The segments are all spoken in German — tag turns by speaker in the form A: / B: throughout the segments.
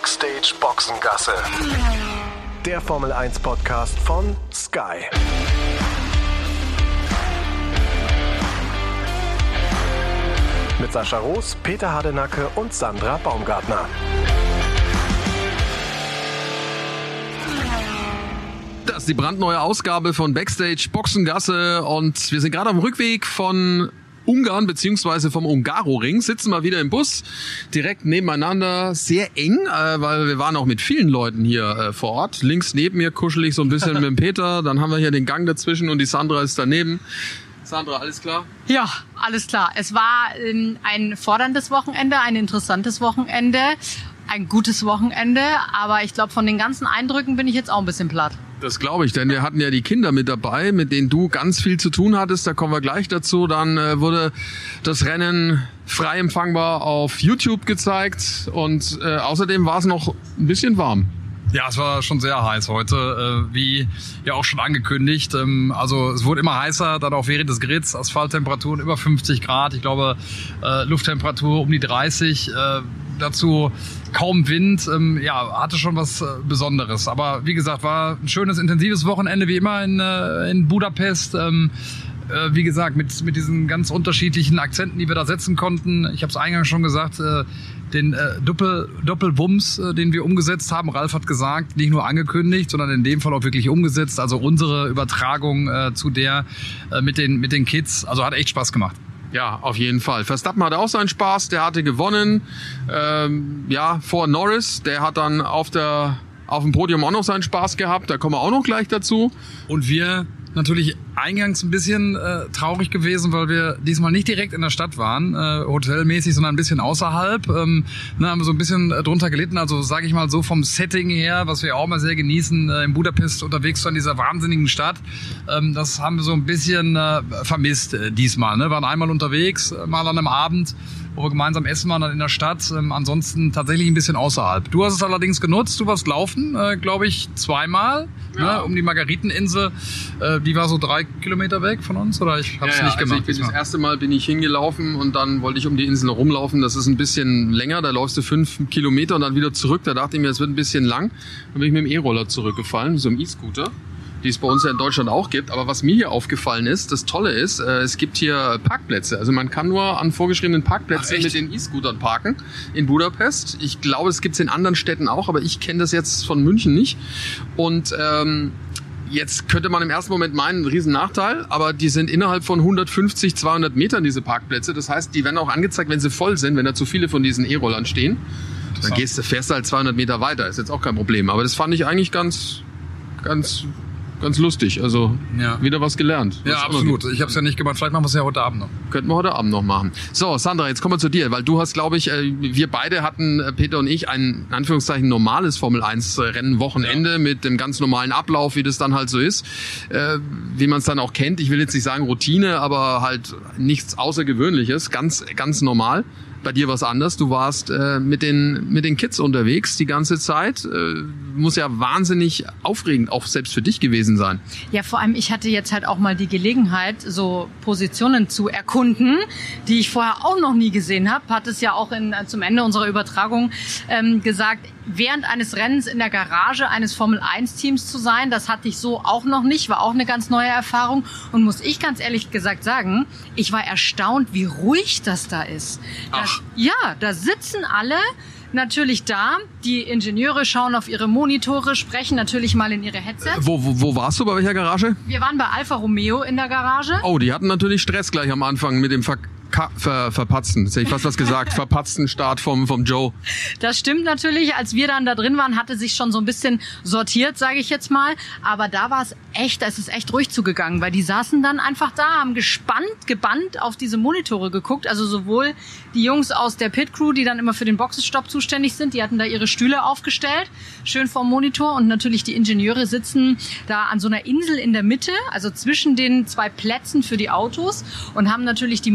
A: Backstage Boxengasse. Der Formel 1 Podcast von Sky. Mit Sascha Roos, Peter Hardenacke und Sandra Baumgartner.
B: Das ist die brandneue Ausgabe von Backstage Boxengasse und wir sind gerade am Rückweg von Ungarn beziehungsweise vom Ungaroring, sitzen mal wieder im Bus, direkt nebeneinander, sehr eng, weil wir waren auch mit vielen Leuten hier vor Ort. Links neben mir kuschel ich so ein bisschen mit dem Peter, dann haben wir hier den Gang dazwischen und die Sandra ist daneben. Sandra, alles klar?
C: Ja, alles klar. Es war ein forderndes Wochenende, ein interessantes Wochenende, ein gutes Wochenende, aber ich glaube, von den ganzen Eindrücken bin ich jetzt auch ein bisschen platt.
B: Das glaube ich, denn wir hatten ja die Kinder mit dabei, mit denen du ganz viel zu tun hattest. Da kommen wir gleich dazu. Dann wurde das Rennen frei empfangbar auf YouTube gezeigt und außerdem war es noch ein bisschen warm.
D: Ja, es war schon sehr heiß heute, wie ja auch schon angekündigt. Also es wurde immer heißer, dann auch während des Gritts, Asphalttemperaturen über 50 Grad. Ich glaube, Lufttemperatur um die 30. Dazu kaum Wind, hatte schon was Besonderes. Aber wie gesagt, war ein schönes, intensives Wochenende, wie immer in Budapest. Wie gesagt, mit diesen ganz unterschiedlichen Akzenten, die wir da setzen konnten. Ich habe es eingangs schon gesagt, den Doppelwumms, den wir umgesetzt haben. Ralf hat gesagt, nicht nur angekündigt, sondern in dem Fall auch wirklich umgesetzt. Also unsere Übertragung zu der mit den Kids. Also hat echt Spaß gemacht.
B: Ja, auf jeden Fall. Verstappen hatte auch seinen Spaß, der hatte gewonnen, vor Norris, der hat dann auf dem Podium auch noch seinen Spaß gehabt, da kommen wir auch noch gleich dazu.
D: Und wir natürlich eingangs ein bisschen traurig gewesen, weil wir diesmal nicht direkt in der Stadt waren, hotelmäßig, sondern ein bisschen außerhalb. Haben wir so ein bisschen drunter gelitten. Also sage ich mal so vom Setting her, was wir auch mal sehr genießen, in Budapest unterwegs in dieser wahnsinnigen Stadt. Das haben wir so ein bisschen vermisst diesmal. Ne? Waren einmal unterwegs, mal an einem Abend, wo wir gemeinsam essen waren dann in der Stadt. Ansonsten tatsächlich ein bisschen außerhalb. Du hast es allerdings genutzt. Du warst laufen, glaube ich, zweimal um die Margariteninsel. Die war so 3 Kilometer weg von uns, oder ich habe es nicht gemacht.
B: Also das erste Mal bin ich hingelaufen und dann wollte ich um die Insel rumlaufen. Das ist ein bisschen länger, da läufst du 5 Kilometer und dann wieder zurück. Da dachte ich mir, es wird ein bisschen lang. Dann bin ich mit dem E-Roller zurückgefallen, so einem E-Scooter, die es bei uns ja in Deutschland auch gibt. Aber was mir hier aufgefallen ist, das Tolle ist, es gibt hier Parkplätze. Also man kann nur an vorgeschriebenen Parkplätzen mit den E-Scootern parken in Budapest. Ich glaube, es gibt es in anderen Städten auch, aber ich kenne das jetzt von München nicht. Und jetzt könnte man im ersten Moment meinen, ein riesen Nachteil, aber die sind innerhalb von 150, 200 Metern, diese Parkplätze. Das heißt, die werden auch angezeigt, wenn sie voll sind, wenn da zu viele von diesen E-Rollern stehen. Dann fährst du halt 200 Meter weiter, ist jetzt auch kein Problem. Aber das fand ich eigentlich ganz lustig, also wieder was gelernt.
D: Ja, absolut. Ich habe es ja nicht gemacht, vielleicht machen wir es ja heute Abend noch.
B: Könnten wir heute Abend noch machen. So, Sandra, jetzt kommen wir zu dir, weil du hast, glaube ich, wir beide hatten, Peter und ich, ein, in Anführungszeichen, normales Formel-1-Rennen-Wochenende mit dem ganz normalen Ablauf, wie das dann halt so ist, wie man es dann auch kennt. Ich will jetzt nicht sagen Routine, aber halt nichts Außergewöhnliches, ganz normal. Bei dir war es anders. Du warst mit den Kids unterwegs die ganze Zeit. Muss ja wahnsinnig aufregend, auch selbst für dich gewesen sein.
C: Ja, vor allem, ich hatte jetzt halt auch mal die Gelegenheit, so Positionen zu erkunden, die ich vorher auch noch nie gesehen habe. Hat es ja auch zum Ende unserer Übertragung gesagt, während eines Rennens in der Garage eines Formel-1-Teams zu sein, das hatte ich so auch noch nicht, war auch eine ganz neue Erfahrung. Und muss ich ganz ehrlich gesagt sagen, ich war erstaunt, wie ruhig das da ist. Da sitzen alle natürlich da. Die Ingenieure schauen auf ihre Monitore, sprechen natürlich mal in ihre Headsets.
B: Wo warst du, bei welcher Garage?
C: Wir waren bei Alfa Romeo in der Garage.
B: Oh, die hatten natürlich Stress gleich am Anfang mit dem verpatzten, jetzt hätte ich fast was gesagt, verpatzten Start vom Joe. Das
C: stimmt natürlich. Als wir dann da drin waren, hatte sich schon so ein bisschen sortiert, sage ich jetzt mal. Aber da war es ist echt ruhig zugegangen, weil die saßen dann einfach da, haben gebannt auf diese Monitore geguckt. Also sowohl die Jungs aus der Pit-Crew, die dann immer für den Boxenstopp zuständig sind, die hatten da ihre Stühle aufgestellt, schön vorm Monitor. Und natürlich die Ingenieure sitzen da an so einer Insel in der Mitte, also zwischen den 2 Plätzen für die Autos und haben natürlich die Monitore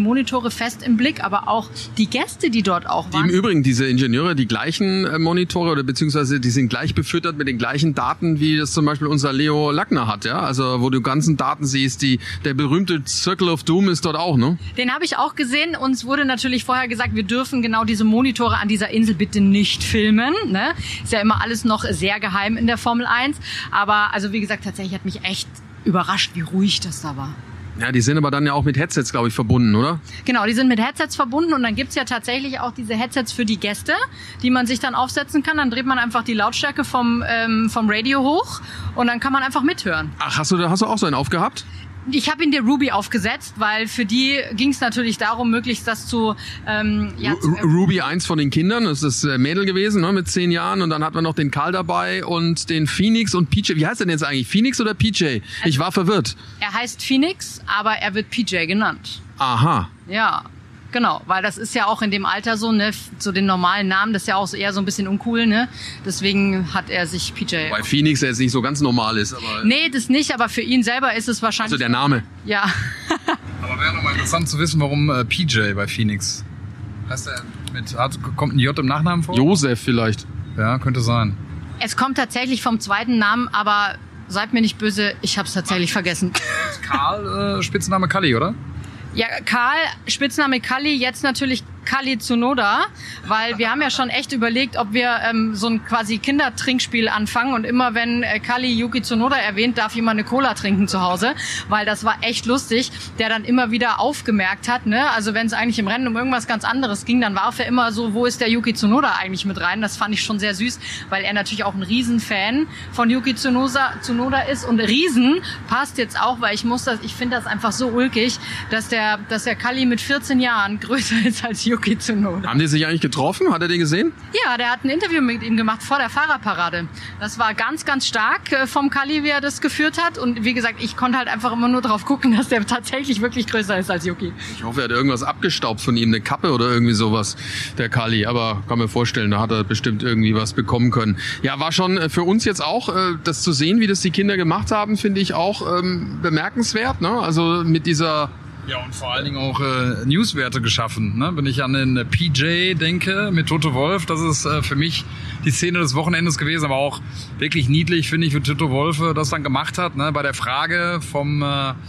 C: Monitore fest im Blick, aber auch die Gäste, die dort auch waren.
B: Im Übrigen, diese Ingenieure, die gleichen Monitore oder beziehungsweise die sind gleich befüttert mit den gleichen Daten, wie das zum Beispiel unser Leo Lackner hat, ja? Also wo du ganzen Daten siehst, der berühmte Circle of Doom ist dort auch, ne?
C: Den habe ich auch gesehen. Uns wurde natürlich vorher gesagt, wir dürfen genau diese Monitore an dieser Insel bitte nicht filmen, ne? Ist ja immer alles noch sehr geheim in der Formel 1. Aber also wie gesagt, tatsächlich hat mich echt überrascht, wie ruhig das da war.
B: Ja, die sind aber dann ja auch mit Headsets, glaube ich, verbunden, oder?
C: Genau, die sind mit Headsets verbunden und dann gibt's ja tatsächlich auch diese Headsets für die Gäste, die man sich dann aufsetzen kann. Dann dreht man einfach die Lautstärke vom Radio hoch und dann kann man einfach mithören.
B: Ach, hast du auch so einen aufgehabt?
C: Ich habe ihn der Ruby aufgesetzt, weil für die ging es natürlich darum, möglichst das zu...
B: Ruby 1 von den Kindern, das ist das Mädel gewesen, ne, mit 10 Jahren. Und dann hat man noch den Karl dabei und den Phoenix und PJ. Wie heißt er denn jetzt eigentlich? Phoenix oder PJ? Ich war verwirrt.
C: Er heißt Phoenix, aber er wird PJ genannt.
B: Aha.
C: Ja, genau, weil das ist ja auch in dem Alter so, ne, so den normalen Namen, das ist ja auch eher so ein bisschen uncool, ne? Deswegen hat er sich PJ...
B: Weil Phoenix jetzt nicht so ganz normal ist, aber...
C: Nee, das nicht, aber für ihn selber ist es wahrscheinlich...
B: Also der Name.
C: Ja.
D: Aber wäre nochmal interessant zu wissen, warum PJ bei Phoenix. Heißt er kommt ein J im Nachnamen vor?
B: Josef vielleicht.
D: Ja, könnte sein.
C: Es kommt tatsächlich vom zweiten Namen, aber seid mir nicht böse, ich hab's tatsächlich vergessen.
D: Karl, Spitzname Kalli, oder?
C: Ja, Karl, Spitzname Kalli, jetzt natürlich Kalli Tsunoda, weil wir haben ja schon echt überlegt, ob wir so ein quasi Kindertrinkspiel anfangen und immer wenn Kalli Yuki Tsunoda erwähnt, darf jemand eine Cola trinken zu Hause, weil das war echt lustig, der dann immer wieder aufgemerkt hat, ne? Also wenn es eigentlich im Rennen um irgendwas ganz anderes ging, dann warf er immer so, wo ist der Yuki Tsunoda eigentlich mit rein? Das fand ich schon sehr süß, weil er natürlich auch ein Riesenfan von Yuki Tsunoda ist und Riesen passt jetzt auch, weil ich finde das einfach so ulkig, dass der Kalli mit 14 Jahren größer ist als Yuki Tsunoda.
B: Haben die sich eigentlich getroffen? Hat er den gesehen?
C: Ja, der hat ein Interview mit ihm gemacht vor der Fahrerparade. Das war ganz, ganz stark vom Kalli, wie er das geführt hat. Und wie gesagt, ich konnte halt einfach immer nur drauf gucken, dass der tatsächlich wirklich größer ist als Yuki.
B: Ich hoffe, er hat irgendwas abgestaubt von ihm, eine Kappe oder irgendwie sowas, der Kalli. Aber kann mir vorstellen, da hat er bestimmt irgendwie was bekommen können. Ja, war schon für uns jetzt auch, das zu sehen, wie das die Kinder gemacht haben, finde ich auch bemerkenswert. Ne? Also mit dieser...
D: Ja, und vor allen Dingen auch Newswerte geschaffen. Ne? Wenn ich an den PJ denke mit Toto Wolff, das ist für mich die Szene des Wochenendes gewesen, aber auch wirklich niedlich, finde ich, wie Toto Wolff das dann gemacht hat. Ne? Bei der Frage vom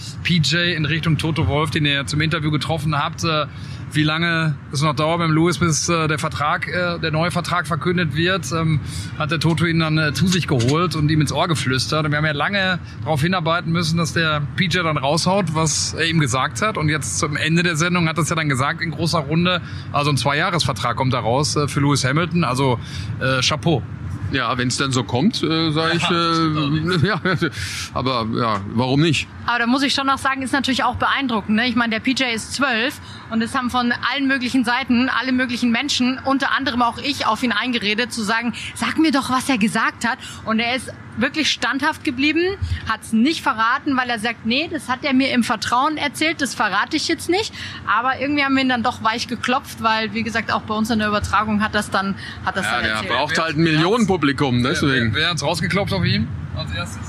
D: PJ in Richtung Toto Wolff, den ihr zum Interview getroffen habt, wie lange es noch dauert beim Lewis, bis der neue Vertrag verkündet wird, hat der Toto ihn dann zu sich geholt und ihm ins Ohr geflüstert. Und wir haben ja lange darauf hinarbeiten müssen, dass der PJ dann raushaut, was er ihm gesagt hat. Und jetzt zum Ende der Sendung hat er es ja dann gesagt in großer Runde. Also ein 2-Jahres-Vertrag kommt da raus für Lewis Hamilton. Also Chapeau.
B: Ja, wenn es dann so kommt, sage ich, ja, aber ja, warum nicht?
C: Aber da muss ich schon noch sagen, ist natürlich auch beeindruckend. Ne? Ich meine, der PJ ist 12 und es haben von allen möglichen Seiten, alle möglichen Menschen, unter anderem auch ich, auf ihn eingeredet, zu sagen, sag mir doch, was er gesagt hat. Und er ist wirklich standhaft geblieben, hat es nicht verraten, weil er sagt, nee, das hat er mir im Vertrauen erzählt, das verrate ich jetzt nicht. Aber irgendwie haben wir ihn dann doch weich geklopft, weil, wie gesagt, auch bei uns in der Übertragung hat das dann erzählt.
B: Der braucht halt ein Millionenpublikum, deswegen.
D: Wer hat's rausgeklopft auf ihn als erstes?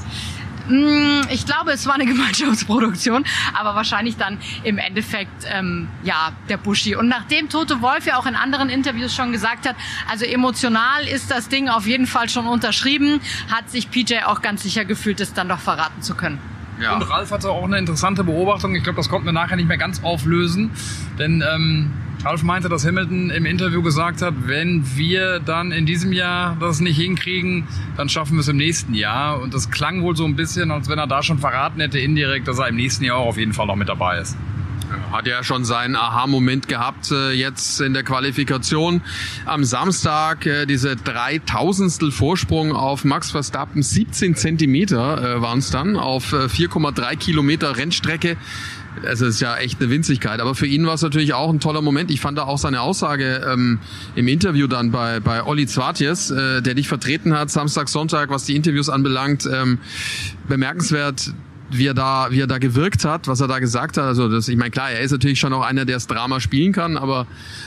C: Ich glaube, es war eine Gemeinschaftsproduktion, aber wahrscheinlich dann im Endeffekt der Buschi. Und nachdem Toto Wolff ja auch in anderen Interviews schon gesagt hat, also emotional ist das Ding auf jeden Fall schon unterschrieben, hat sich PJ auch ganz sicher gefühlt, es dann doch verraten zu können.
D: Ja. Und Ralf hatte auch eine interessante Beobachtung. Ich glaube, das konnten wir nachher nicht mehr ganz auflösen. Denn Ralf meinte, dass Hamilton im Interview gesagt hat, wenn wir dann in diesem Jahr das nicht hinkriegen, dann schaffen wir es im nächsten Jahr. Und das klang wohl so ein bisschen, als wenn er da schon verraten hätte indirekt, dass er im nächsten Jahr auch auf jeden Fall noch mit dabei ist.
B: Hat ja schon seinen Aha-Moment gehabt jetzt in der Qualifikation am Samstag. Diese 3/1000stel Vorsprung auf Max Verstappen, 17 Zentimeter waren es dann auf 4,3 Kilometer Rennstrecke. Also es ist ja echt eine Winzigkeit, aber für ihn war es natürlich auch ein toller Moment. Ich fand da auch seine Aussage im Interview dann bei Olli Zwartjes, der dich vertreten hat, Samstag, Sonntag, was die Interviews anbelangt, bemerkenswert. wie er da gewirkt hat, was er da gesagt hat. Also ich meine, klar, er ist natürlich schon auch einer, der das Drama spielen kann, aber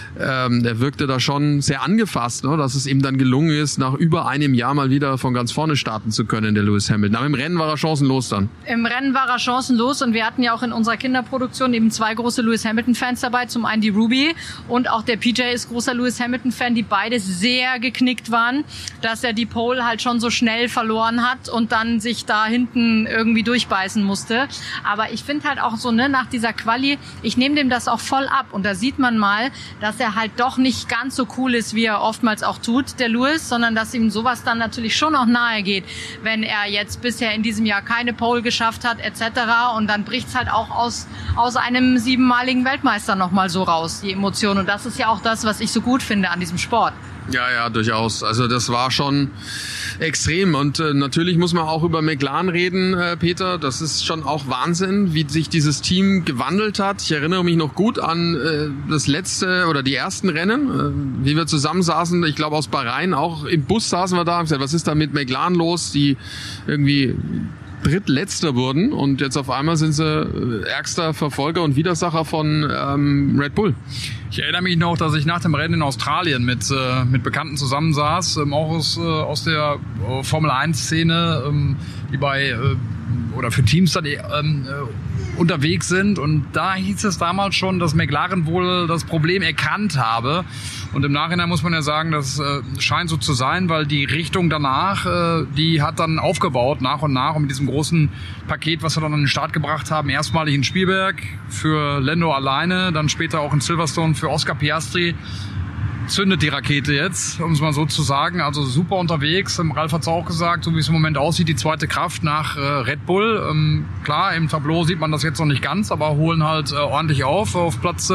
B: er wirkte da schon sehr angefasst, ne, dass es ihm dann gelungen ist, nach über einem Jahr mal wieder von ganz vorne starten zu können, der Lewis Hamilton. Aber im Rennen war er chancenlos dann. Im Rennen war er chancenlos und wir hatten ja auch in unserer Kinderproduktion eben 2 große Lewis Hamilton-Fans dabei. Zum einen die Ruby und auch der PJ ist großer Lewis Hamilton-Fan, die beide sehr geknickt waren, dass er die Pole halt schon so schnell verloren hat und dann sich da hinten irgendwie durchbeißen musste. Aber ich finde halt auch so, ne, nach dieser Quali, ich nehme dem das auch voll ab und da sieht man mal, dass er halt doch nicht ganz so cool ist, wie er oftmals auch tut, der Lewis, sondern dass ihm sowas dann natürlich schon auch nahe geht, wenn er jetzt bisher in diesem Jahr keine Pole geschafft hat etc. Und dann bricht's halt auch aus einem 7-maligen Weltmeister nochmal so raus, die Emotion. Und das ist ja auch das, was ich so gut finde an diesem Sport. Ja, durchaus. Also das war schon extrem und natürlich muss man auch über McLaren reden, Peter. Das ist schon auch Wahnsinn, wie sich dieses Team gewandelt hat. Ich erinnere mich noch gut an das letzte oder die ersten Rennen, wie wir zusammensaßen. Ich glaube aus Bahrain, auch im Bus saßen wir da und gesagt, was ist da mit McLaren los, die irgendwie drittletzter wurden und jetzt auf einmal sind sie ärgster Verfolger und Widersacher von Red Bull.
D: Ich erinnere mich noch, dass ich nach dem Rennen in Australien mit Bekannten zusammensaß, auch aus der Formel-1-Szene, die bei oder für Teams dann unterwegs sind. Und da hieß es damals schon, dass McLaren wohl das Problem erkannt habe. Und im Nachhinein muss man ja sagen, das scheint so zu sein, weil die Richtung danach, die hat dann aufgebaut nach und nach und mit diesem großen Paket, was wir dann an den Start gebracht haben. Erstmalig in Spielberg für Lando alleine, dann später auch in Silverstone für Oscar Piastri. Zündet die Rakete jetzt, um es mal so zu sagen. Also super unterwegs. Ralf hat es auch gesagt, so wie es im Moment aussieht, die zweite Kraft nach Red Bull. Klar, im Tableau sieht man das jetzt noch nicht ganz, aber holen halt ordentlich auf Platz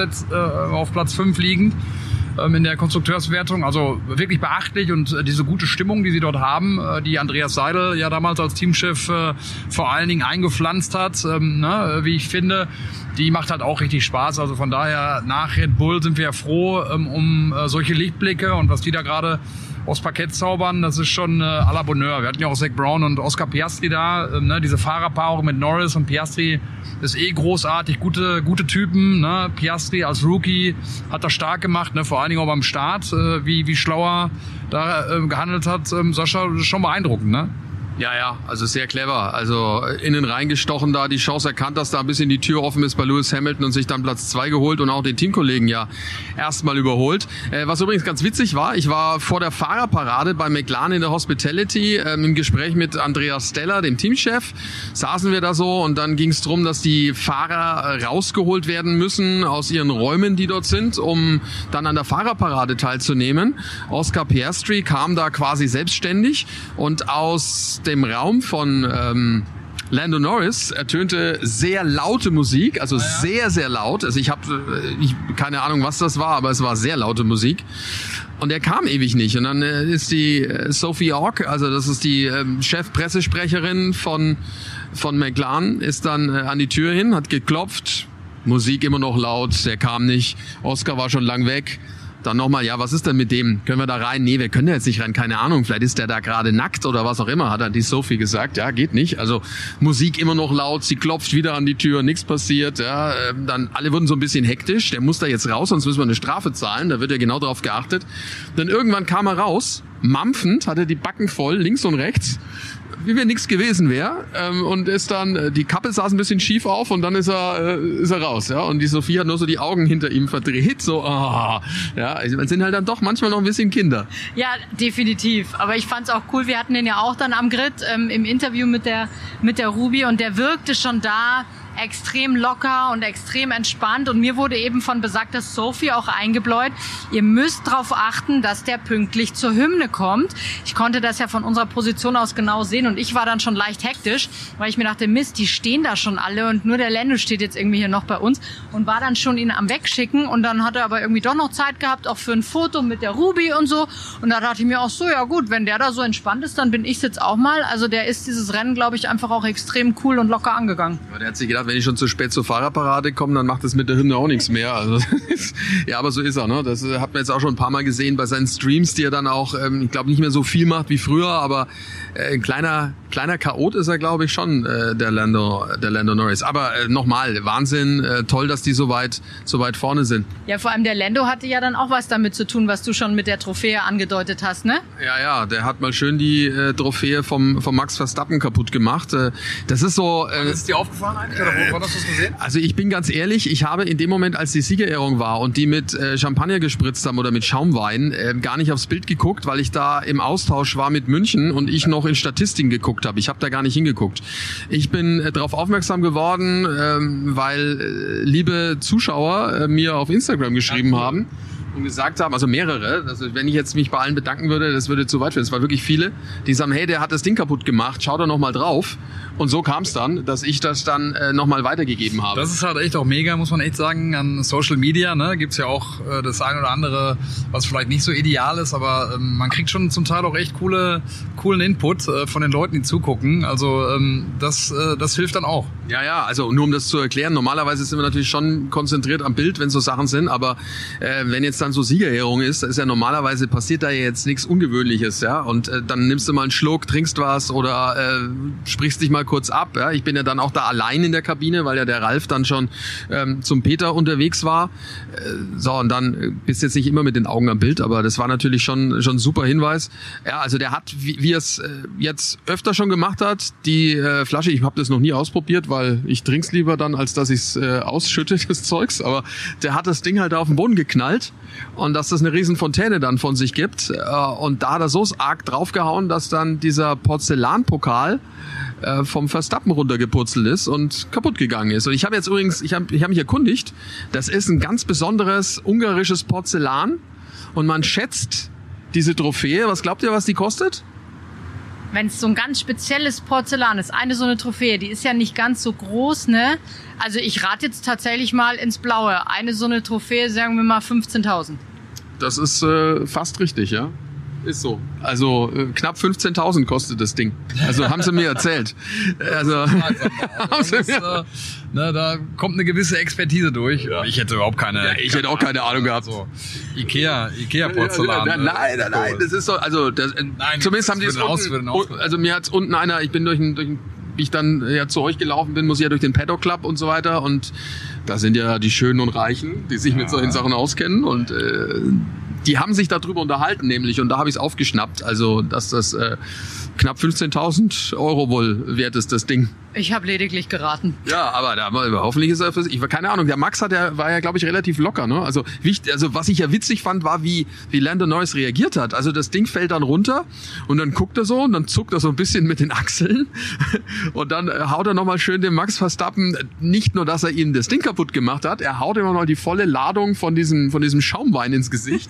D: 5 liegend in der Konstrukteurswertung. Also wirklich beachtlich und diese gute Stimmung, die sie dort haben, die Andreas Seidel ja damals als Teamchef vor allen Dingen eingepflanzt hat, wie ich finde, die macht halt auch richtig Spaß. Also von daher, nach Red Bull sind wir ja froh um solche Lichtblicke und was die da gerade aufs Parkett zaubern, das ist schon à la Bonheur. Wir hatten ja auch Zach Brown und Oscar Piastri da, diese Fahrerpaarung mit Norris und Piastri ist großartig, gute Typen. Ne? Piastri als Rookie hat das stark gemacht, ne? Vor allen Dingen auch beim Start, wie Schlauer da gehandelt hat. Sascha, das ist schon beeindruckend, ne?
B: Ja, also sehr clever. Also innen reingestochen da, die Chance erkannt, dass da ein bisschen die Tür offen ist bei Lewis Hamilton und sich dann Platz 2 geholt und auch den Teamkollegen ja erstmal überholt. Was übrigens ganz witzig war, ich war vor der Fahrerparade bei McLaren in der Hospitality im Gespräch mit Andreas Steller, dem Teamchef. Saßen wir da so und dann ging es darum, dass die Fahrer rausgeholt werden müssen aus ihren Räumen, die dort sind, um dann an der Fahrerparade teilzunehmen. Oscar Piastri kam da quasi selbstständig und aus dem Raum von Lando Norris ertönte sehr laute Musik, also sehr, sehr laut. Also ich habe keine Ahnung, was das war, aber es war sehr laute Musik. Und er kam ewig nicht. Und dann ist die Sophie Ork, also das ist die Chefpressesprecherin von McLaren, ist dann an die Tür hin, hat geklopft, Musik immer noch laut, der kam nicht, Oscar war schon lang weg. Dann nochmal, ja, was ist denn mit dem? Können wir da rein? Nee, wir können da jetzt nicht rein, keine Ahnung. Vielleicht ist der da gerade nackt oder was auch immer, hat dann die Sophie gesagt. Ja, geht nicht. Also Musik immer noch laut, sie klopft wieder an die Tür, nichts passiert. Ja, dann alle wurden so ein bisschen hektisch. Der muss da jetzt raus, sonst müssen wir eine Strafe zahlen. Da wird ja genau drauf geachtet. Dann irgendwann kam er raus, mampfend, hatte die Backen voll, links und rechts, wie wenn nichts gewesen wäre, und ist dann, die Kappe saß ein bisschen schief auf und dann ist er raus, ja, und die Sophie hat nur so die Augen hinter ihm verdreht, so, ja, man sind halt dann doch manchmal noch ein bisschen Kinder. Ja, definitiv, aber ich fand's auch cool, wir hatten den ja auch dann am Grid, im Interview mit der Ruby und der wirkte schon da extrem locker und extrem entspannt und mir wurde eben von besagter Sophie auch eingebläut, ihr müsst darauf achten, dass der pünktlich zur Hymne kommt. Ich konnte das ja von unserer Position aus genau sehen und ich war dann schon leicht hektisch, weil ich mir dachte, Mist, die stehen da schon alle und nur der Lando steht jetzt irgendwie hier noch bei uns und war dann schon ihn am Wegschicken und dann hat er aber irgendwie doch noch Zeit gehabt, auch für ein Foto mit der Ruby und so und da dachte ich mir auch so, ja gut, wenn der da so entspannt ist, dann bin ich jetzt auch mal. Also der ist dieses Rennen, glaube ich, einfach auch extrem cool und locker angegangen. Ja, der hat sich gedacht, wenn ich schon zu spät zur Fahrerparade komme, dann macht es mit der Hymne auch nichts mehr. Also ja, aber so ist er, ne? Das hat man jetzt auch schon ein paar Mal gesehen bei seinen Streams, die er dann auch, ich glaube, nicht mehr so viel macht wie früher, aber ein kleiner kleiner Chaot ist er, glaube ich, schon, der Lando Norris. Aber nochmal, Wahnsinn, toll, dass die so weit vorne sind.
C: Ja, vor allem der Lando hatte ja dann auch was damit zu tun, was du schon mit der Trophäe angedeutet hast, ne?
B: Ja, der hat mal schön die Trophäe vom Max Verstappen kaputt gemacht. Das ist so...
D: ist dir aufgefallen eigentlich? Oder wo hast du es gesehen?
B: Also ich bin ganz ehrlich, ich habe in dem Moment, als die Siegerehrung war und die mit Champagner gespritzt haben oder mit Schaumwein, gar nicht aufs Bild geguckt, weil ich da im Austausch war mit München und ich noch in Statistiken geguckt habe. Ich habe da gar nicht hingeguckt. Ich bin darauf aufmerksam geworden, weil liebe Zuschauer mir auf Instagram geschrieben haben und gesagt haben, also mehrere, also wenn ich jetzt mich bei allen bedanken würde, das würde zu weit führen. Es waren wirklich viele, die sagen, hey, der hat das Ding kaputt gemacht, schau da nochmal drauf. Und so kam es dann, dass ich das dann nochmal weitergegeben habe.
D: Das ist halt echt auch mega, muss man echt sagen, an Social Media. Ne? Gibt's ja auch das ein oder andere, was vielleicht nicht so ideal ist, aber man kriegt schon zum Teil auch echt coolen Input von den Leuten, die zugucken. Also das hilft dann auch.
B: Ja, also nur um das zu erklären, normalerweise sind wir natürlich schon konzentriert am Bild, wenn so Sachen sind, aber wenn jetzt dann so Siegerehrung ist ja normalerweise passiert da jetzt nichts Ungewöhnliches, ja, und dann nimmst du mal einen Schluck, trinkst was oder sprichst dich mal kurz ab, ja. Ich bin ja dann auch da allein in der Kabine, weil ja der Ralf dann schon zum Peter unterwegs war. So, und dann bist jetzt nicht immer mit den Augen am Bild, aber das war natürlich schon ein super Hinweis. Ja, also der hat, wie er es jetzt öfter schon gemacht hat, die Flasche, ich habe das noch nie ausprobiert, weil ich trink's lieber dann, als dass ich's ausschütte, das Zeugs, aber der hat das Ding halt auf den Boden geknallt und dass das eine riesen Fontäne dann von sich gibt und da hat er so arg draufgehauen, dass dann dieser Porzellanpokal vom Verstappen runtergepurzelt ist und kaputt gegangen ist. Und ich habe jetzt übrigens, ich hab mich erkundigt, das ist ein ganz besonderes ungarisches Porzellan und man schätzt diese Trophäe, was glaubt ihr, was die kostet?
C: Wenn es so ein ganz spezielles Porzellan ist, so eine Trophäe, die ist ja nicht ganz so groß, ne? Also ich rate jetzt tatsächlich mal ins Blaue. So eine Trophäe, sagen wir mal 15.000.
B: Das ist fast richtig, ja. Ist so. Also knapp 15.000 kostet das Ding. Also haben sie mir erzählt. Also haben sie mir
D: da kommt eine gewisse Expertise durch. Ja. Ich hätte überhaupt keine.
B: Ja, ich hätte auch keine Ahnung gehabt.
D: So. Ikea Porzellan.
B: Nein, das ist so. Also zumindest haben die es unten. Also mir hat's unten einer. Ich bin wie ich dann ja zu euch gelaufen bin, muss ich ja durch den Paddock Club und so weiter. Und da sind ja die Schönen und Reichen, die sich mit solchen Sachen auskennen und die haben sich darüber unterhalten, nämlich, und da habe ich es aufgeschnappt, also dass das knapp 15.000 € wohl wert ist, das Ding.
C: Ich habe lediglich geraten.
B: Ja, aber hoffentlich ist er für sich. Keine Ahnung, der Max war ja, glaube ich, relativ locker. Ne? Also was ich ja witzig fand, war, wie Lando Norris reagiert hat. Also das Ding fällt dann runter und dann guckt er so und dann zuckt er so ein bisschen mit den Achseln und dann haut er nochmal schön dem Max Verstappen, nicht nur, dass er ihm das Ding kaputt gemacht hat, er haut immer noch die volle Ladung von diesem Schaumwein ins Gesicht.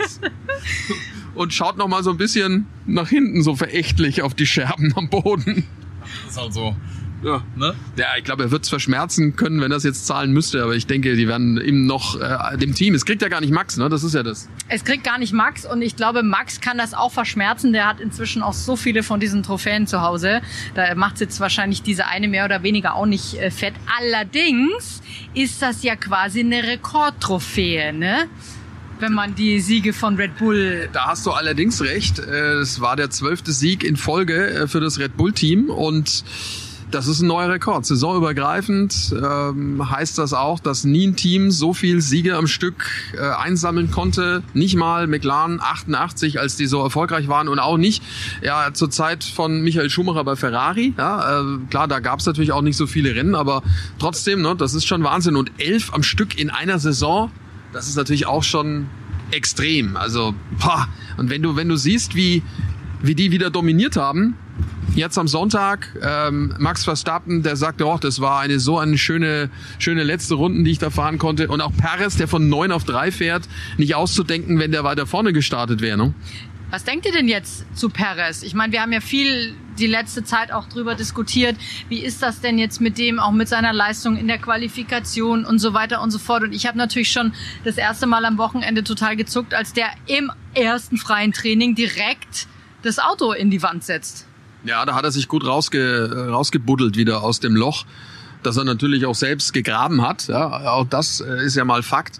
B: Und schaut noch mal so ein bisschen nach hinten, so verächtlich auf die Scherben am Boden.
D: Das ist halt so.
B: Ja, ne? Ja, ich glaube, er wird es verschmerzen können, wenn er es jetzt zahlen müsste. Aber ich denke, die werden ihm noch, dem Team, es kriegt ja gar nicht Max, ne? Das ist ja das.
C: Es kriegt gar nicht Max und ich glaube, Max kann das auch verschmerzen. Der hat inzwischen auch so viele von diesen Trophäen zu Hause. Da macht jetzt wahrscheinlich diese eine mehr oder weniger auch nicht fett. Allerdings ist das ja quasi eine Rekordtrophäe, ne? Wenn man die Siege von Red Bull...
B: Da hast du allerdings recht. Es war der 12. Sieg in Folge für das Red Bull-Team und das ist ein neuer Rekord. Saisonübergreifend heißt das auch, dass nie ein Team so viel Siege am Stück einsammeln konnte. Nicht mal McLaren 88, als die so erfolgreich waren, und auch nicht zur Zeit von Michael Schumacher bei Ferrari. Ja, klar, da gab es natürlich auch nicht so viele Rennen, aber trotzdem, ne, das ist schon Wahnsinn. Und 11 am Stück in einer Saison, das ist natürlich auch schon extrem. Also, und wenn du siehst, wie die wieder dominiert haben, jetzt am Sonntag, Max Verstappen, der sagt, das war eine schöne letzte Runde, die ich da fahren konnte. Und auch Perez, der von 9 auf 3 fährt, nicht auszudenken, wenn der weiter vorne gestartet wäre, ne?
C: Was denkt ihr denn jetzt zu Perez? Ich meine, wir haben ja viel die letzte Zeit auch drüber diskutiert. Wie ist das denn jetzt mit dem, auch mit seiner Leistung in der Qualifikation und so weiter und so fort? Und ich habe natürlich schon das erste Mal am Wochenende total gezuckt, als der im ersten freien Training direkt das Auto in die Wand setzt.
B: Ja, da hat er sich gut rausgebuddelt wieder aus dem Loch. dass er natürlich auch selbst gegraben hat. Ja, auch das ist ja mal Fakt.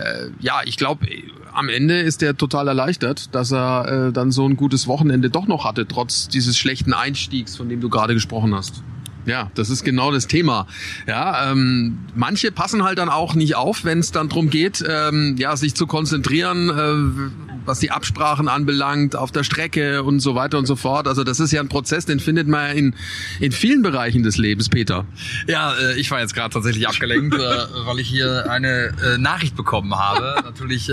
B: Ja, ich glaube, am Ende ist er total erleichtert, dass er dann so ein gutes Wochenende doch noch hatte, trotz dieses schlechten Einstiegs, von dem du gerade gesprochen hast. Ja, das ist genau das Thema. Ja, manche passen halt dann auch nicht auf, wenn es dann drum geht, sich zu konzentrieren, was die Absprachen anbelangt, auf der Strecke und so weiter und so fort. Also das ist ja ein Prozess, den findet man in vielen Bereichen des Lebens, Peter.
D: Ja, ich war jetzt gerade tatsächlich abgelenkt, weil ich hier eine Nachricht bekommen habe. Natürlich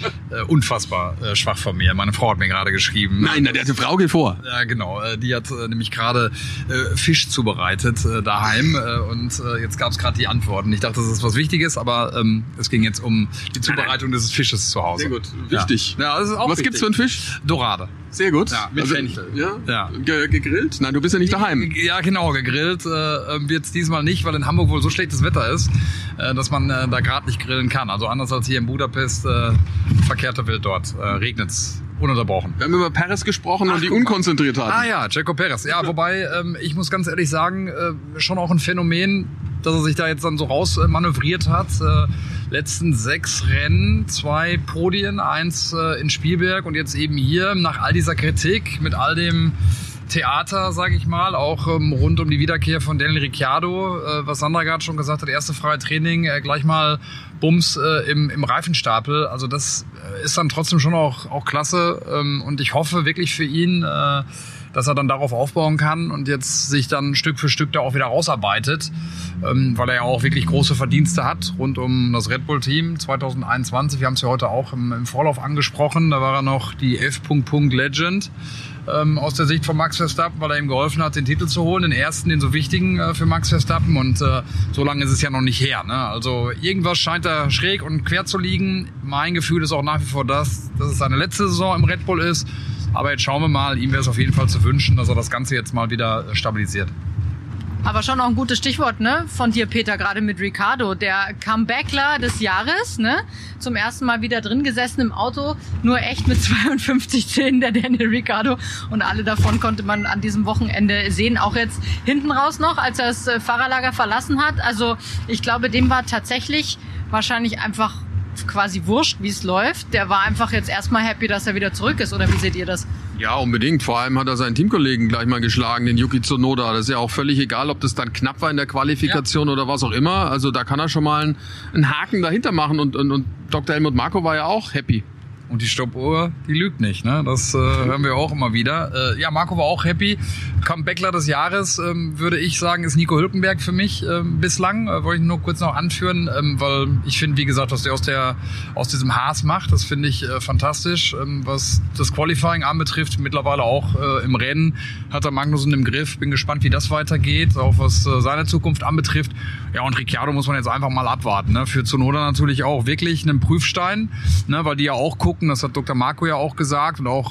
D: unfassbar schwach von mir. Meine Frau hat mir gerade geschrieben.
B: Nein, der Frau geht vor.
D: Ja, genau. Die hat nämlich gerade Fisch zubereitet daheim und jetzt gab es gerade die Antworten. Ich dachte, das ist was Wichtiges, aber es ging jetzt um die Zubereitung des Fisches zu Hause.
B: Sehr gut, wichtig. Ja, das ist auch was wichtig. Gibt's für einen Fisch?
D: Dorade.
B: Sehr gut.
D: Ja, mit Fenchel.
B: Ja. Gegrillt? Nein, du bist ja nicht daheim.
D: Ja, genau, gegrillt wird's diesmal nicht, weil in Hamburg wohl so schlechtes Wetter ist, dass man da gerade nicht grillen kann. Also anders als hier in Budapest, verkehrte Welt dort, regnet's ununterbrochen.
B: Wir haben über Perez gesprochen und die Unkonzentriertheit.
D: Ah ja, Checo Perez. Ja, wobei, ich muss ganz ehrlich sagen, schon auch ein Phänomen, dass er sich da jetzt dann so raus manövriert hat. Letzten 6 Rennen, 2 Podien, 1 in Spielberg und jetzt eben hier nach all dieser Kritik, mit all dem Theater, sage ich mal, auch rund um die Wiederkehr von Daniel Ricciardo, was Sandra gerade schon gesagt hat, erste freie Training, gleich mal Bums im Reifenstapel. Also das ist dann trotzdem schon auch klasse und ich hoffe wirklich für ihn, dass er dann darauf aufbauen kann und jetzt sich dann Stück für Stück da auch wieder rausarbeitet, weil er ja auch wirklich große Verdienste hat rund um das Red Bull Team 2021. Wir haben es ja heute auch im Vorlauf angesprochen, da war er noch die F. Legend aus der Sicht von Max Verstappen, weil er ihm geholfen hat, den Titel zu holen, den ersten, den so wichtigen für Max Verstappen und so lange ist es ja noch nicht her. Ne? Also irgendwas scheint da schräg und quer zu liegen. Mein Gefühl ist auch nach wie vor dass es seine letzte Saison im Red Bull ist. Aber jetzt schauen wir mal, ihm wäre es auf jeden Fall zu wünschen, dass er das Ganze jetzt mal wieder stabilisiert.
C: Aber schon noch ein gutes Stichwort, ne, von dir, Peter, gerade mit Ricciardo, der Comebackler des Jahres, ne, zum ersten Mal wieder drin gesessen im Auto, nur echt mit 52 Zähnen, der Daniel Ricciardo, und alle davon konnte man an diesem Wochenende sehen, auch jetzt hinten raus noch, als er das Fahrerlager verlassen hat. Also ich glaube, dem war tatsächlich wahrscheinlich einfach quasi wurscht, wie es läuft. Der war einfach jetzt erstmal happy, dass er wieder zurück ist, oder wie seht ihr das?
B: Ja, unbedingt. Vor allem hat er seinen Teamkollegen gleich mal geschlagen, den Yuki Tsunoda. Das ist ja auch völlig egal, ob das dann knapp war in der Qualifikation oder was auch immer. Also da kann er schon mal einen Haken dahinter machen und Dr. Helmut Marko war ja auch happy.
D: Und die Stoppuhr, die lügt nicht, ne? Das hören wir auch immer wieder. Ja, Marco war auch happy. Comebackler des Jahres, würde ich sagen, ist Nico Hülkenberg für mich bislang. Wollte ich nur kurz noch anführen, weil ich finde, wie gesagt, was der aus diesem Haas macht, das finde ich fantastisch. Was das Qualifying anbetrifft, mittlerweile auch im Rennen hat er Magnussen im Griff. Bin gespannt, wie das weitergeht, auch was seine Zukunft anbetrifft. Ja, und Ricciardo muss man jetzt einfach mal abwarten, ne? Für Tsunoda natürlich auch wirklich einen Prüfstein, ne? Weil die ja auch gucken, das hat Dr. Marko ja auch gesagt und auch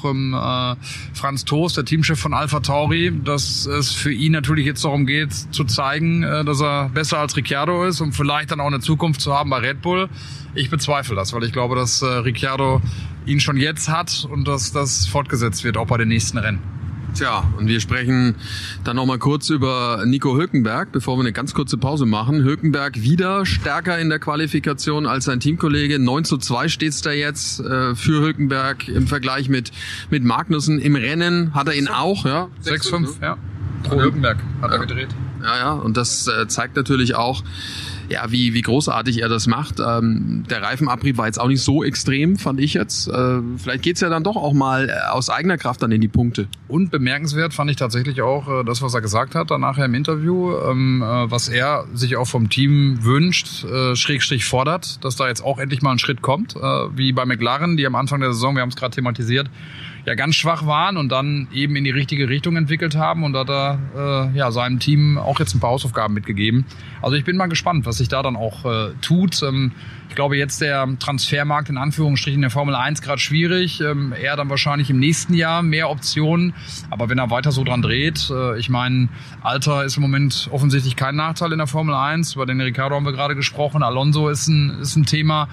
D: Franz Toast, der Teamchef von AlphaTauri, dass es für ihn natürlich jetzt darum geht, zu zeigen, dass er besser als Ricciardo ist und vielleicht dann auch eine Zukunft zu haben bei Red Bull. Ich bezweifle das, weil ich glaube, dass Ricciardo ihn schon jetzt hat und dass das fortgesetzt wird, auch bei den nächsten Rennen.
B: Tja, und wir sprechen dann noch mal kurz über Nico Hülkenberg, bevor wir eine ganz kurze Pause machen. Hülkenberg wieder stärker in der Qualifikation als sein Teamkollege. 9:2 steht's da jetzt für Hülkenberg im Vergleich mit Magnussen. Im Rennen hat er ihn auch, ja.
D: 6,5, ja. Pro Hülkenberg hat er gedreht.
B: Ja, und das zeigt natürlich auch, ja, wie großartig er das macht. Der Reifenabrieb war jetzt auch nicht so extrem, fand ich jetzt. Vielleicht geht's ja dann doch auch mal aus eigener Kraft dann in die Punkte.
D: Und bemerkenswert fand ich tatsächlich auch das, was er gesagt hat, dann nachher im Interview, was er sich auch vom Team wünscht, / fordert, dass da jetzt auch endlich mal ein Schritt kommt, wie bei McLaren, die am Anfang der Saison, wir haben es gerade thematisiert, ja ganz schwach waren und dann eben in die richtige Richtung entwickelt haben und da hat er seinem Team auch jetzt ein paar Hausaufgaben mitgegeben. Also ich bin mal gespannt, was sich da dann auch tut. Ich glaube jetzt der Transfermarkt in Anführungsstrichen der Formel 1 gerade schwierig. Er dann wahrscheinlich im nächsten Jahr mehr Optionen. Aber wenn er weiter so dran dreht, ich meine, Alter ist im Moment offensichtlich kein Nachteil in der Formel 1. Über den Ricciardo haben wir gerade gesprochen. Alonso ist ein Thema.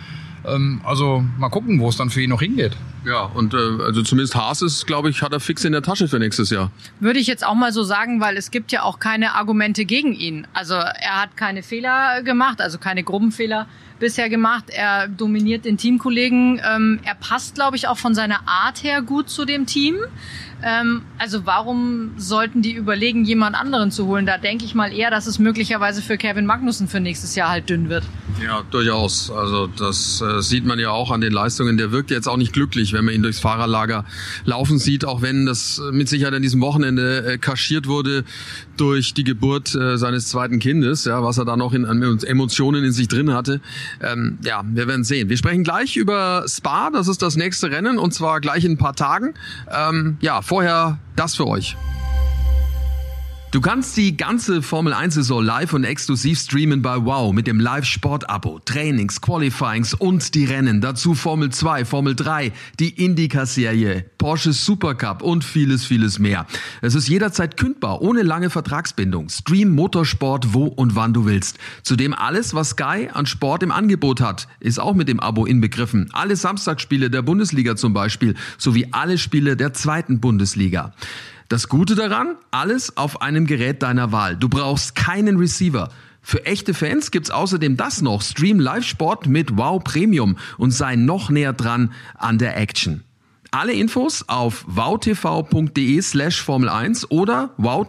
D: Also mal gucken, wo es dann für ihn noch hingeht.
B: Ja, und also zumindest Haas ist, glaube ich, hat er fix in der Tasche für nächstes Jahr.
C: Würde ich jetzt auch mal so sagen, weil es gibt ja auch keine Argumente gegen ihn. Also er hat keine Fehler gemacht, also keine groben Fehler bisher gemacht. Er dominiert den Teamkollegen. Er passt, glaube ich, auch von seiner Art her gut zu dem Team. Also warum sollten die überlegen, jemand anderen zu holen? Da denke ich mal eher, dass es möglicherweise für Kevin Magnussen für nächstes Jahr halt dünn wird.
B: Ja, durchaus. Also das sieht man ja auch an den Leistungen. Der wirkt jetzt auch nicht glücklich, wenn man ihn durchs Fahrerlager laufen sieht, auch wenn das mit Sicherheit an diesem Wochenende kaschiert wurde durch die Geburt seines zweiten Kindes, ja, was er da noch an Emotionen in sich drin hatte. Ja, wir werden sehen. Wir sprechen gleich über Spa, das ist das nächste Rennen und zwar gleich in ein paar Tagen. Ja, vorher das für euch. Du kannst die ganze Formel-1-Saison live und exklusiv streamen bei WOW mit dem Live-Sport-Abo, Trainings, Qualifyings und die Rennen. Dazu Formel 2, Formel 3, die IndyCar-Serie, Porsche Supercup und vieles, vieles mehr. Es ist jederzeit kündbar, ohne lange Vertragsbindung. Stream Motorsport, wo und wann du willst. Zudem alles, was Sky an Sport im Angebot hat, ist auch mit dem Abo inbegriffen. Alle Samstagsspiele der Bundesliga zum Beispiel, sowie alle Spiele der zweiten Bundesliga. Das Gute daran, alles auf einem Gerät deiner Wahl. Du brauchst keinen Receiver. Für echte Fans gibt's außerdem das noch. Stream Live-Sport mit WOW Premium und sei noch näher dran an der Action. Alle Infos auf wowtv.de/Formel1 oder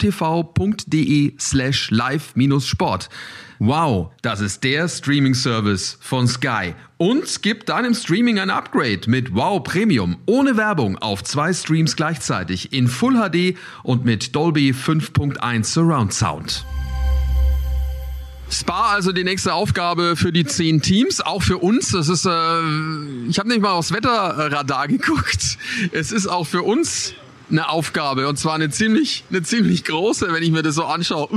B: wowtv.de/live-sport. Wow, das ist der Streaming-Service von Sky. Und gibt deinem Streaming ein Upgrade mit WOW Premium. Ohne Werbung auf 2 Streams gleichzeitig in Full HD und mit Dolby 5.1 Surround Sound. Spa, also die nächste Aufgabe für die 10 Teams, auch für uns. Das ist, ich habe nicht mal aufs Wetterradar geguckt. Es ist auch für uns eine Aufgabe und zwar eine ziemlich große, wenn ich mir das so anschaue.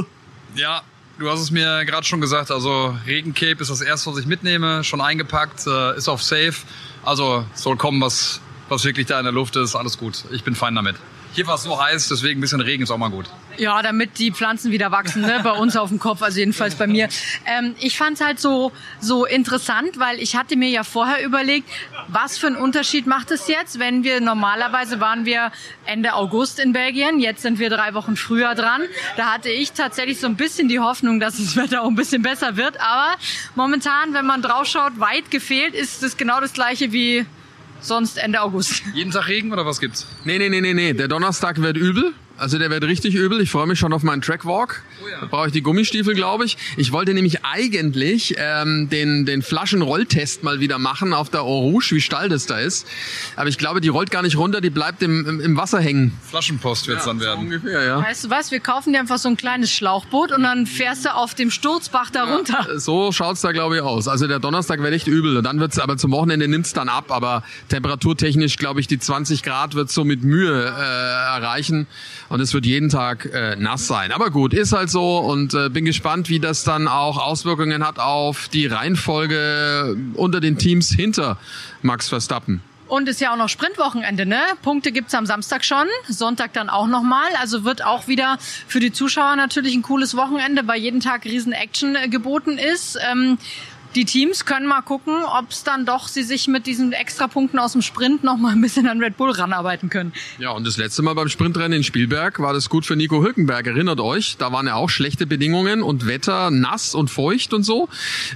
D: Ja, du hast es mir gerade schon gesagt. Also Regencape ist das erste, was ich mitnehme, schon eingepackt, ist auf Safe. Also soll kommen, was wirklich da in der Luft ist. Alles gut. Ich bin fein damit. Hier war es so heiß, deswegen ein bisschen Regen ist auch mal gut.
C: Ja, damit die Pflanzen wieder wachsen, ne? Bei uns auf dem Kopf, also jedenfalls bei mir. Ich fand es halt so interessant, weil ich hatte mir ja vorher überlegt, was für einen Unterschied macht es jetzt, wenn normalerweise waren wir Ende August in Belgien, jetzt sind wir 3 Wochen früher dran. Da hatte ich tatsächlich so ein bisschen die Hoffnung, dass das Wetter auch ein bisschen besser wird, aber momentan, wenn man drauf schaut, weit gefehlt, ist es genau das Gleiche wie sonst Ende August.
D: Jeden Tag Regen oder was gibt's?
B: Nee. Der Donnerstag wird übel. Also der wird richtig übel. Ich freue mich schon auf meinen Trackwalk. Oh ja. Da brauche ich die Gummistiefel, glaube ich. Ich wollte nämlich eigentlich den Flaschenrolltest mal wieder machen auf der Eau Rouge, wie steil das da ist. Aber ich glaube, die rollt gar nicht runter, die bleibt im Wasser hängen.
D: Flaschenpost wird's dann werden.
B: So ungefähr, ja.
C: Weißt du was, wir kaufen dir einfach so ein kleines Schlauchboot und dann fährst du auf dem Sturzbach da runter.
B: So schaut's da, glaube ich, aus. Also der Donnerstag wird echt übel. Und dann wird's, aber zum Wochenende nimmt's dann ab. Aber temperaturtechnisch, glaube ich, die 20 Grad wird's so mit Mühe erreichen. Und es wird jeden Tag nass sein. Aber gut, ist halt so und bin gespannt, wie das dann auch Auswirkungen hat auf die Reihenfolge unter den Teams hinter Max Verstappen.
C: Und ist ja auch noch Sprintwochenende, ne? Punkte gibt's am Samstag schon, Sonntag dann auch nochmal. Also wird auch wieder für die Zuschauer natürlich ein cooles Wochenende, weil jeden Tag riesen Action geboten ist. Die Teams können mal gucken, ob es dann doch sie sich mit diesen Extrapunkten aus dem Sprint noch mal ein bisschen an Red Bull ranarbeiten können.
B: Ja, und das letzte Mal beim Sprintrennen in Spielberg war das gut für Nico Hülkenberg. Erinnert euch, da waren ja auch schlechte Bedingungen und Wetter, nass und feucht und so.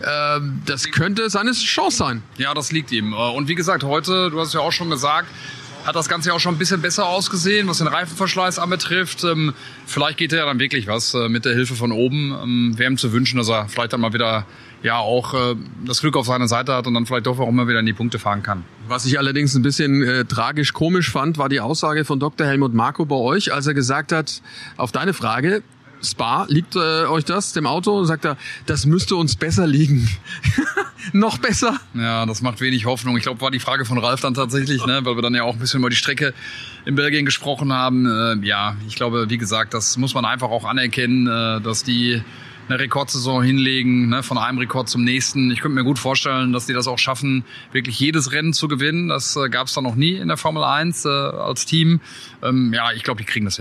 B: Das könnte seine Chance sein.
D: Ja, das liegt ihm. Und wie gesagt, heute, du hast es ja auch schon gesagt, hat das Ganze ja auch schon ein bisschen besser ausgesehen, was den Reifenverschleiß anbetrifft. Vielleicht geht ja dann wirklich was mit der Hilfe von oben. Wäre ihm zu wünschen, dass er vielleicht dann mal wieder auch das Glück auf seiner Seite hat und dann vielleicht doch auch immer wieder in die Punkte fahren kann.
B: Was ich allerdings ein bisschen tragisch komisch fand, war die Aussage von Dr. Helmut Marko bei euch, als er gesagt hat, auf deine Frage, Spa, liegt euch das, dem Auto? Sagt er, das müsste uns besser liegen. Noch besser?
D: Ja, das macht wenig Hoffnung. Ich glaube, war die Frage von Ralf dann tatsächlich, ne, weil wir dann ja auch ein bisschen über die Strecke in Belgien gesprochen haben. Ja, ich glaube, wie gesagt, das muss man einfach auch anerkennen, dass die eine Rekordsaison hinlegen, ne, von einem Rekord zum nächsten. Ich könnte mir gut vorstellen, dass die das auch schaffen, wirklich jedes Rennen zu gewinnen. Das gab es dann noch nie in der Formel 1 als Team. Ja, ich glaube, die kriegen das hin.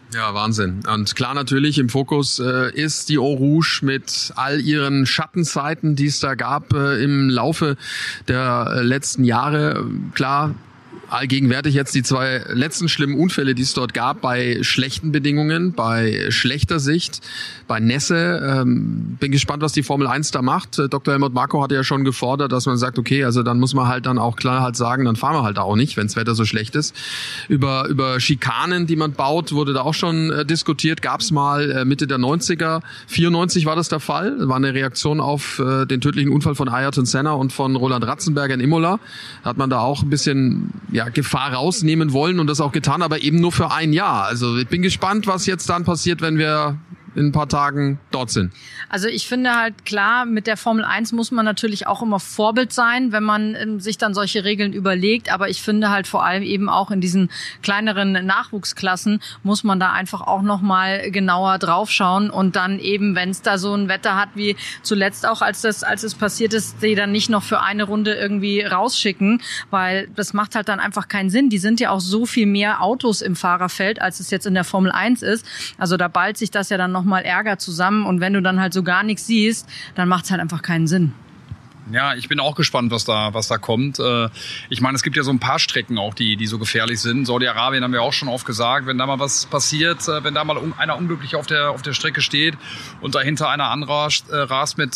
B: Ja, Wahnsinn. Und klar natürlich im Fokus ist die Eau Rouge mit all ihren Schattenseiten, die es da gab im Laufe der letzten Jahre. Klar, allgegenwärtig jetzt die 2 letzten schlimmen Unfälle, die es dort gab, bei schlechten Bedingungen, bei schlechter Sicht, bei Nässe. Bin gespannt, was die Formel 1 da macht. Dr. Helmut Marko hatte ja schon gefordert, dass man sagt, okay, also dann muss man halt dann auch klar halt sagen, dann fahren wir halt auch nicht, wenn das Wetter so schlecht ist. Über Schikanen, die man baut, wurde da auch schon diskutiert. Gab es mal Mitte der 90er, 94 war das der Fall. War eine Reaktion auf den tödlichen Unfall von Ayrton Senna und von Roland Ratzenberger in Imola. Hat man da auch ein bisschen Gefahr rausnehmen wollen und das auch getan, aber eben nur für ein Jahr. Also ich bin gespannt, was jetzt dann passiert, wenn wir in ein paar Tagen dort sind.
C: Also ich finde halt klar, mit der Formel 1 muss man natürlich auch immer Vorbild sein, wenn man sich dann solche Regeln überlegt. Aber ich finde halt vor allem eben auch in diesen kleineren Nachwuchsklassen muss man da einfach auch nochmal genauer draufschauen und dann eben, wenn es da so ein Wetter hat wie zuletzt auch, als es passiert ist, die dann nicht noch für eine Runde irgendwie rausschicken, weil das macht halt dann einfach keinen Sinn. Die sind ja auch so viel mehr Autos im Fahrerfeld, als es jetzt in der Formel 1 ist. Also da ballt sich das ja dann nochmal Ärger zusammen und wenn du dann halt so gar nichts siehst, dann macht es halt einfach keinen Sinn.
D: Ja, ich bin auch gespannt, was da kommt. Ich meine, es gibt ja so ein paar Strecken auch, die so gefährlich sind. Saudi-Arabien haben wir auch schon oft gesagt, wenn da mal was passiert, wenn da mal einer unglücklich auf der Strecke steht und dahinter einer anrast mit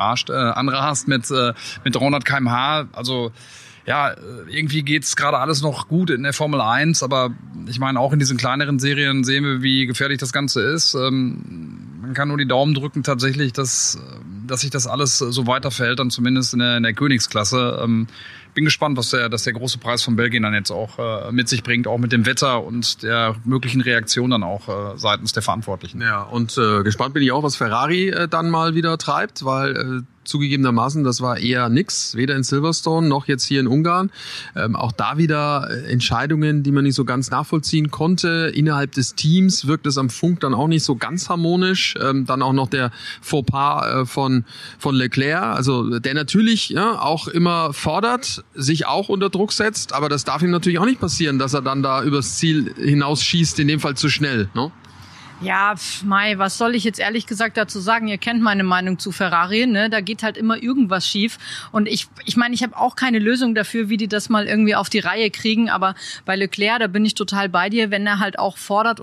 D: 300 km/h, also ja, irgendwie geht's gerade alles noch gut in der Formel 1, aber ich meine, auch in diesen kleineren Serien sehen wir, wie gefährlich das Ganze ist. Man kann nur die Daumen drücken tatsächlich, dass sich das alles so weiterverhält, dann zumindest in der Königsklasse. Bin gespannt, was der große Preis von Belgien dann jetzt auch mit sich bringt, auch mit dem Wetter und der möglichen Reaktion dann auch seitens der Verantwortlichen.
B: Ja, und gespannt bin ich auch, was Ferrari dann mal wieder treibt, weil zugegebenermaßen, das war eher nix, weder in Silverstone noch jetzt hier in Ungarn. Auch da wieder Entscheidungen, die man nicht so ganz nachvollziehen konnte. Innerhalb des Teams wirkt es am Funk dann auch nicht so ganz harmonisch. Dann auch noch der Fauxpas von Leclerc, also der natürlich auch immer fordert, sich auch unter Druck setzt, aber das darf ihm natürlich auch nicht passieren, dass er dann da übers Ziel hinausschießt, in dem Fall zu schnell, ne?
C: Ja, was soll ich jetzt ehrlich gesagt dazu sagen? Ihr kennt meine Meinung zu Ferrari, ne? Da geht halt immer irgendwas schief. Und ich meine, ich habe auch keine Lösung dafür, wie die das mal irgendwie auf die Reihe kriegen. Aber bei Leclerc, da bin ich total bei dir. Wenn er halt auch fordert,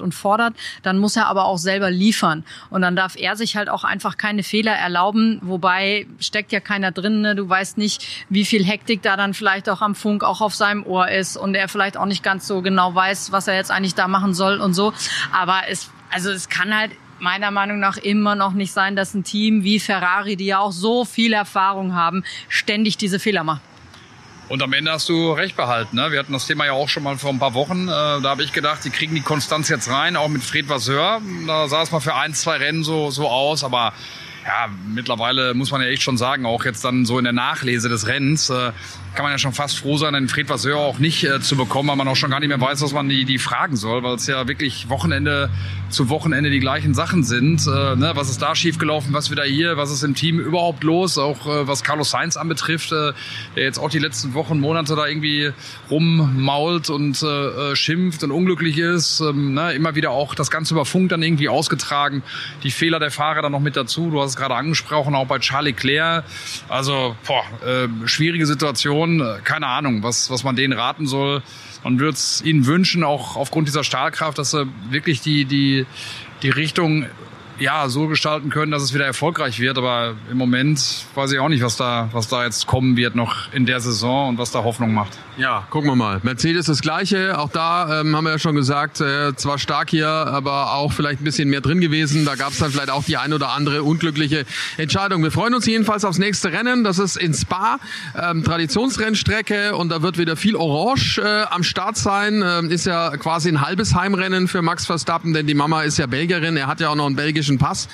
C: dann muss er aber auch selber liefern. Und dann darf er sich halt auch einfach keine Fehler erlauben. Wobei steckt ja keiner drin, ne? Du weißt nicht, wie viel Hektik da dann vielleicht auch am Funk auch auf seinem Ohr ist. Und er vielleicht auch nicht ganz so genau weiß, was er jetzt eigentlich da machen soll und so. Aber es kann halt meiner Meinung nach immer noch nicht sein, dass ein Team wie Ferrari, die ja auch so viel Erfahrung haben, ständig diese Fehler macht.
D: Und am Ende hast du recht behalten, ne? Wir hatten das Thema ja auch schon mal vor ein paar Wochen. Da habe ich gedacht, die kriegen die Konstanz jetzt rein, auch mit Fred Vasseur. Da sah es mal für 1-2 Rennen so aus, aber ja, mittlerweile muss man ja echt schon sagen, auch jetzt dann so in der Nachlese des Rennens, kann man ja schon fast froh sein, den Fred Vasseur auch nicht zu bekommen, weil man auch schon gar nicht mehr weiß, was man die fragen soll, weil es ja wirklich Wochenende zu Wochenende die gleichen Sachen sind. Was ist da schiefgelaufen, was wieder hier, was ist im Team überhaupt los, auch was Carlos Sainz anbetrifft, der jetzt auch die letzten Wochen, Monate da irgendwie rummault und schimpft und unglücklich ist. Immer wieder auch das Ganze über Funk dann irgendwie ausgetragen, die Fehler der Fahrer dann noch mit dazu. Du hast es gerade angesprochen, auch bei Charles Leclerc. Also, schwierige Situation. Keine Ahnung, was man denen raten soll. Man würde es ihnen wünschen, auch aufgrund dieser Stahlkraft, dass sie wirklich die Richtung so gestalten können, dass es wieder erfolgreich wird. Aber im Moment weiß ich auch nicht, was da jetzt kommen wird noch in der Saison und was da Hoffnung macht.
B: Ja, gucken wir mal. Mercedes das Gleiche. Auch da haben wir ja schon gesagt, zwar stark hier, aber auch vielleicht ein bisschen mehr drin gewesen. Da gab es dann vielleicht auch die ein oder andere unglückliche Entscheidung. Wir freuen uns jedenfalls aufs nächste Rennen. Das ist in Spa, Traditionsrennstrecke, und da wird wieder viel Orange am Start sein. Ist ja quasi ein halbes Heimrennen für Max Verstappen, denn die Mama ist ja Belgierin. Er hat ja auch noch einen belgischen Pass.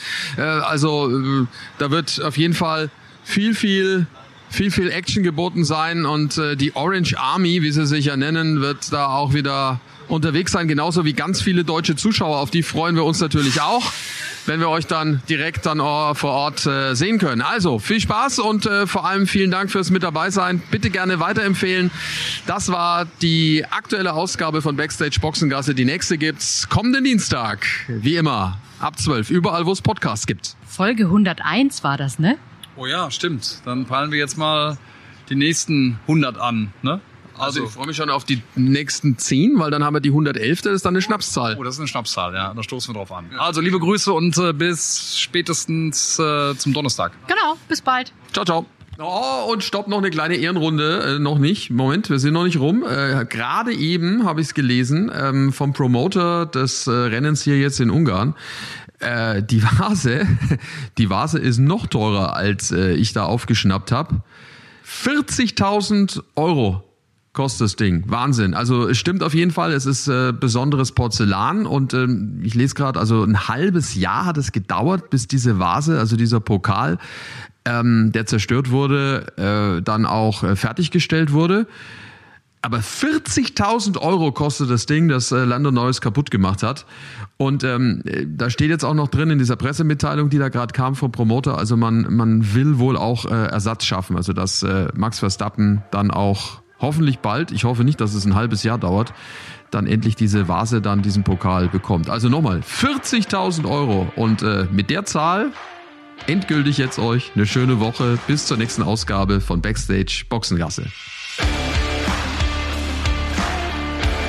B: Da wird auf jeden Fall viel Action geboten sein, und die Orange Army, wie sie sich ja nennen, wird da auch wieder unterwegs sein, genauso wie ganz viele deutsche Zuschauer. Auf die freuen wir uns natürlich auch. wenn wir euch dann direkt dann vor Ort sehen können. Also viel Spaß und vor allem vielen Dank fürs mit dabei sein. Bitte gerne weiterempfehlen. Das war die aktuelle Ausgabe von Backstage Boxengasse. Die nächste gibt's kommenden Dienstag, wie immer, ab 12, überall wo es Podcasts gibt.
C: Folge 101 war das, ne?
D: Oh ja, stimmt. Dann peilen wir jetzt mal die nächsten 100 an, ne?
B: Also ich freue mich schon auf die nächsten 10, weil dann haben wir die 111. Das ist dann eine Schnapszahl.
D: Oh, das ist eine Schnapszahl, ja. Da stoßen wir drauf an. Also liebe Grüße und bis spätestens zum Donnerstag.
C: Genau, bis bald.
B: Ciao, ciao. Oh, und stopp, noch eine kleine Ehrenrunde. Noch nicht. Moment, wir sind noch nicht rum. Gerade eben habe ich es gelesen vom Promoter des Rennens hier jetzt in Ungarn. Die Vase ist noch teurer, als ich da aufgeschnappt habe. 40.000 Euro kostet das Ding. Wahnsinn. Also es stimmt auf jeden Fall, es ist besonderes Porzellan und ich lese gerade, also ein halbes Jahr hat es gedauert, bis diese Vase, also dieser Pokal, der zerstört wurde, dann auch fertiggestellt wurde. Aber 40.000 Euro kostet das Ding, das Lando Norris kaputt gemacht hat. Und da steht jetzt auch noch drin in dieser Pressemitteilung, die da gerade kam vom Promoter, also man will wohl auch Ersatz schaffen. Also dass Max Verstappen dann auch hoffentlich bald, ich hoffe nicht, dass es ein halbes Jahr dauert, dann endlich diese Vase, dann diesen Pokal bekommt. Also nochmal, 40.000 Euro. Und mit der Zahl endgültig jetzt euch eine schöne Woche. Bis zur nächsten Ausgabe von Backstage Boxengasse.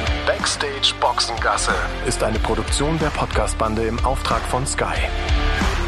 A: Backstage Boxengasse ist eine Produktion der Podcast-Bande im Auftrag von Sky.